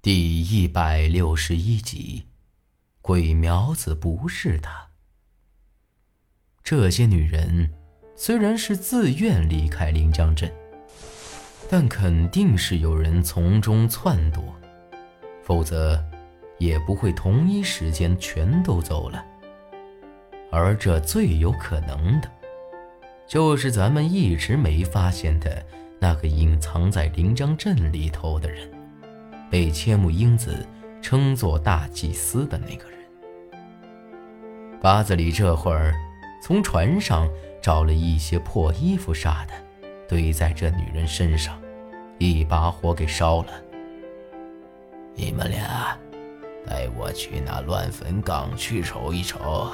第161集，鬼苗子不是他。这些女人虽然是自愿离开临江镇，但肯定是有人从中撺掇，否则也不会同一时间全都走了。而这最有可能的，就是咱们一直没发现的那个隐藏在临江镇里头的人，被千木英子称作大祭司的那个人。八子里这会儿从船上找了一些破衣服啥的，堆在这女人身上，一把火给烧了。 你们俩带我去那乱坟岗去瞅一瞅。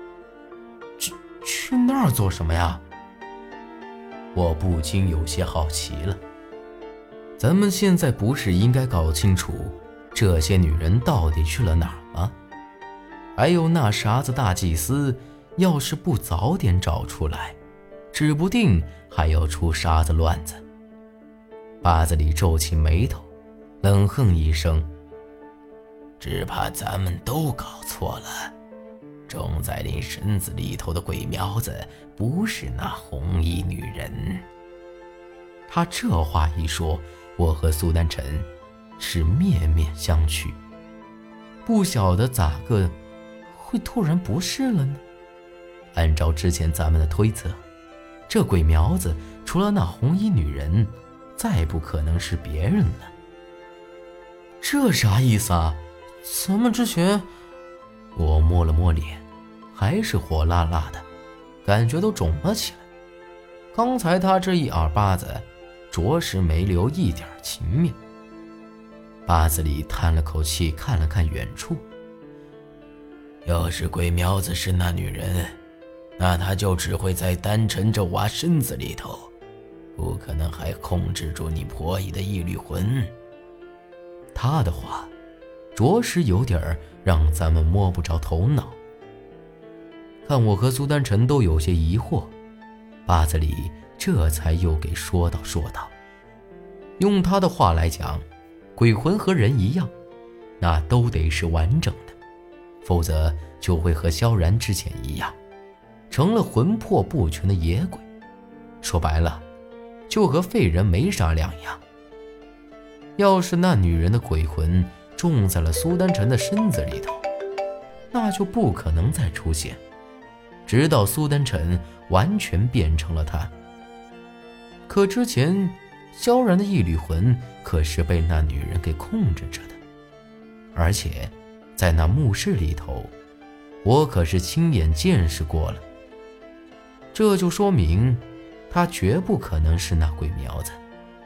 去那儿做什么呀？我不禁有些好奇了。咱们现在不是应该搞清楚这些女人到底去了哪儿吗？还有那傻子大祭司，要是不早点找出来，指不定还要出啥子乱子。八子里皱起眉头，冷哼一声： 只怕咱们都搞错了，种在你身子里头的鬼苗子不是那红衣女人。 他这话一说，我和苏丹臣是面面相觑，不晓得咋个会突然不是了呢？按照之前咱们的推测，这鬼苗子除了那红衣女人，再不可能是别人了。这啥意思啊？咱们之前……我摸了摸脸，还是火辣辣的，感觉都肿了起来。刚才他这一耳巴子着实没留一点情面。八子里叹了口气，看了看远处。 要是鬼苗子是那女人，那她就只会在丹晨这娃身子里头，不可能还控制住你婆姨的一缕魂。 他的话着实有点让咱们摸不着头脑。看我和苏丹臣都有些疑惑，八子里这才又给说道，用他的话来讲，鬼魂和人一样，那都得是完整的，否则就会和萧然之前一样，成了魂魄不全的野鬼。说白了，就和废人没啥两样。要是那女人的鬼魂种在了苏丹臣的身子里头，那就不可能再出现，直到苏丹臣完全变成了他。可之前萧然的一缕魂可是被那女人给控制着的，而且在那墓室里头，我可是亲眼见识过了。这就说明他绝不可能是那鬼苗子。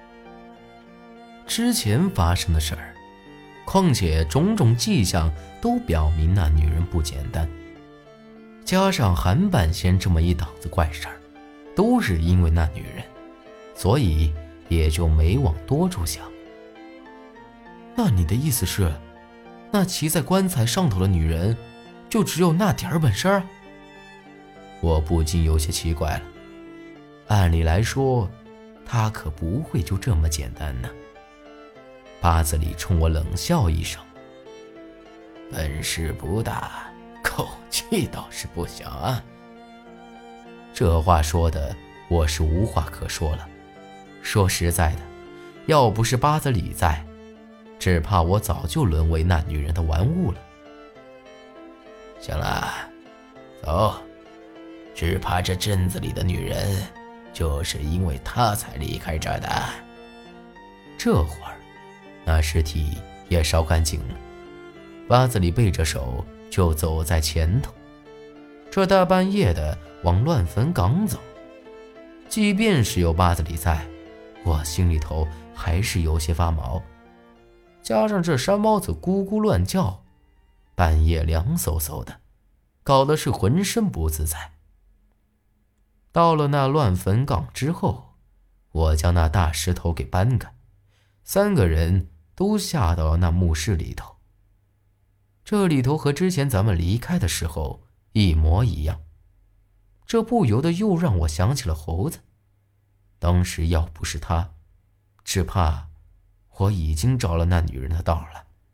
之前发生的事儿，况且种种迹象都表明那女人不简单，加上韩半仙这么一档子怪事儿，都是因为那女人，所以也就没往多处想。那你的意思是，那骑在棺材上头的女人就只有那点儿本事儿？我不禁有些奇怪了。按理来说，她可不会就这么简单呢。八子里冲我冷笑一声： 本事不大，口气倒是不小啊。 这话说的我是无话可说了。说实在的，要不是八子里在，只怕我早就沦为那女人的玩物了。 行了，走，只怕这镇子里的女人就是因为她才离开这儿的。 这会儿那尸体也烧干净了，八子里背着手就走在前头，这大半夜的往乱坟岗走。即便是有八子里在，我心里头还是有些发毛，加上这山猫子咕咕乱叫，半夜凉飕飕的，搞得是浑身不自在。到了那乱坟岗之后，我将那大石头给搬开，3个人都下到了那墓室里头。这里头和之前咱们离开的时候一模一样，这不由得又让我想起了猴子。当时要不是他，只怕我已经着了那女人的道了。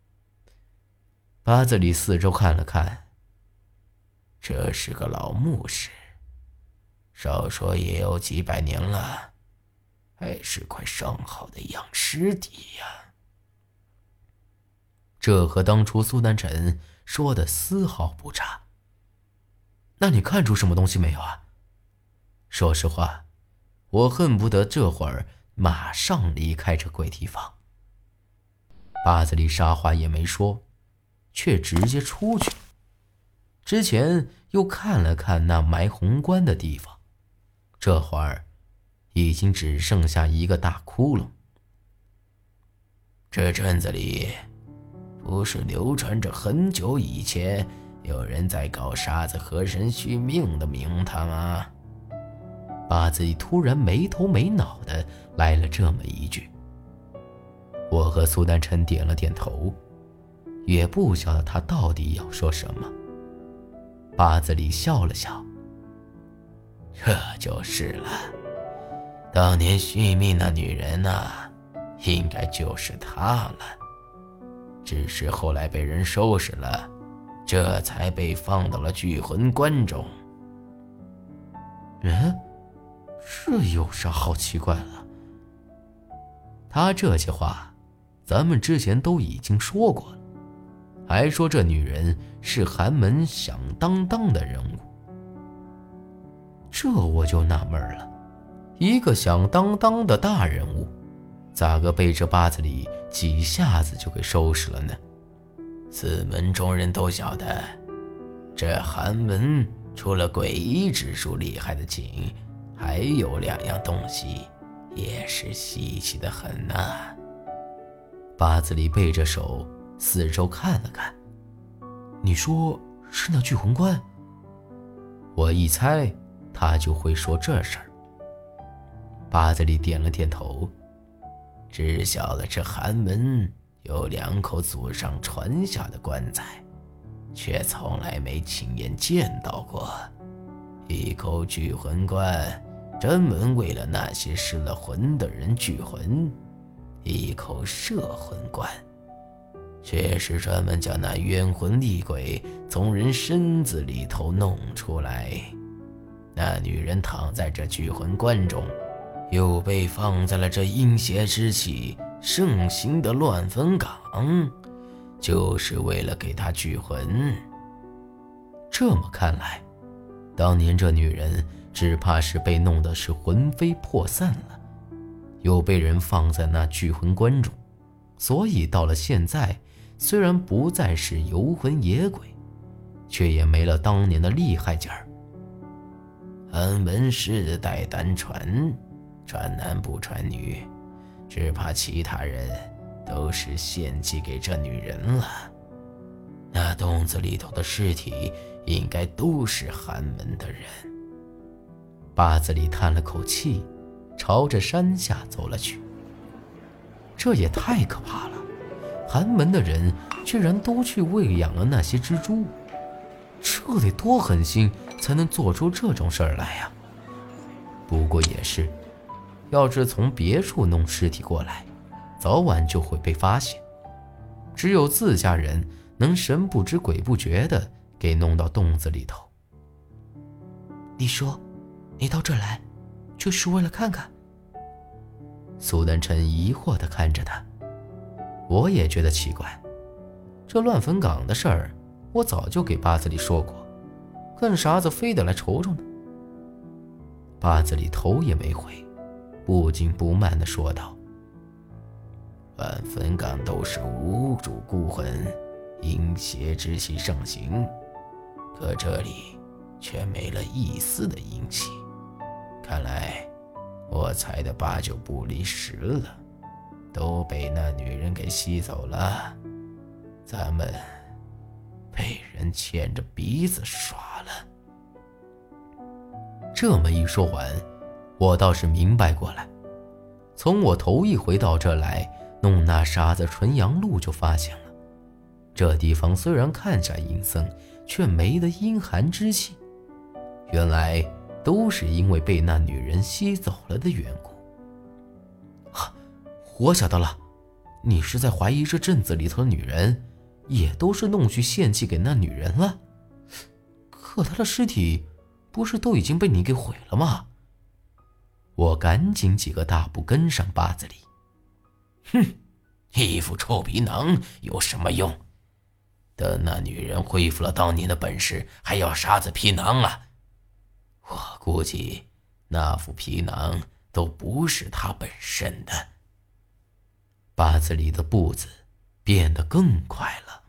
八子里四周看了看， 这是个老墓室，少说也有几百年了，还是块上好的养尸地呀。 这和当初苏丹臣说的丝毫不差。那你看出什么东西没有啊？说实话，我恨不得这会儿马上离开这鬼地方。八子里啥话也没说，却直接出去。之前又看了看那埋红棺的地方，这会儿已经只剩下一个大窟窿。 这镇子里不是流传着很久以前有人在搞杀子河神续命的名堂吗？ 八子里突然没头没脑的来了这么一句。我和苏丹臣点了点头，也不晓得他到底要说什么。八子里笑了笑， 这就是了，当年续命那女人呐，应该就是她了，只是后来被人收拾了，这才被放到了聚魂棺中。 这有啥好奇怪的？他这些话咱们之前都已经说过了，还说这女人是寒门响当当的人物。这我就纳闷了，一个响当当的大人物，咋个被这八子里几下子就给收拾了呢？ 四门中人都晓得，这寒门除了诡异之术厉害的紧，还有2样东西也是稀奇的很呐。 八子里背着手四周看了看，你说是那聚魂棺？我一猜他就会说这事儿。八子里点了点头， 知晓了这寒门有2口祖上传下的棺材，却从来没亲眼见到过。一口聚魂棺专门为了那些失了魂的人聚魂，一口摄魂棺却是专门将那冤魂厉鬼从人身子里头弄出来。那女人躺在这聚魂棺中，又被放在了这阴邪之气盛行的乱坟岗，就是为了给她聚魂。 这么看来，当年这女人只怕是被弄得是魂飞魄散了，又被人放在那聚魂棺中，所以到了现在，虽然不再是游魂野鬼，却也没了当年的厉害劲儿。 寒门世代单传，传男不传女，只怕其他人都是献祭给这女人了。那洞子里头的尸体应该都是寒门的人。 八子里叹了口气，朝着山下走了去。这也太可怕了，寒门的人居然都去喂养了那些蜘蛛，这得多狠心才能做出这种事儿来呀！不过也是，要是从别处弄尸体过来，早晚就会被发现。只有自家人能神不知鬼不觉的给弄到洞子里头。你说，你到这来，就是为了看看？苏丹臣疑惑地看着他，我也觉得奇怪，这乱坟岗的事儿，我早就给八子里说过，干啥子非得来瞅瞅呢？八子里头也没回，不紧不慢地说道： 乱坟岗都是无主孤魂，阴邪之气盛行，可这里却没了一丝的阴气，看来我猜的8九不离10了，都被那女人给吸走了，咱们被人牵着鼻子耍了。 这么一说完，我倒是明白过来，从我头一回到这来弄那沙子纯阳路就发现了，这地方虽然看着阴森，却没了阴寒之气，原来都是因为被那女人吸走了的缘故。我晓得了，你是在怀疑这镇子里头的女人也都是弄去献祭给那女人了。可他的尸体不是都已经被你给毁了吗？我赶紧几个大步跟上八子里。 哼，一副臭皮囊有什么用？等那女人恢复了当年的本事，还要啥子皮囊啊？我估计那副皮囊都不是她本身的。 八子里的步子变得更快了。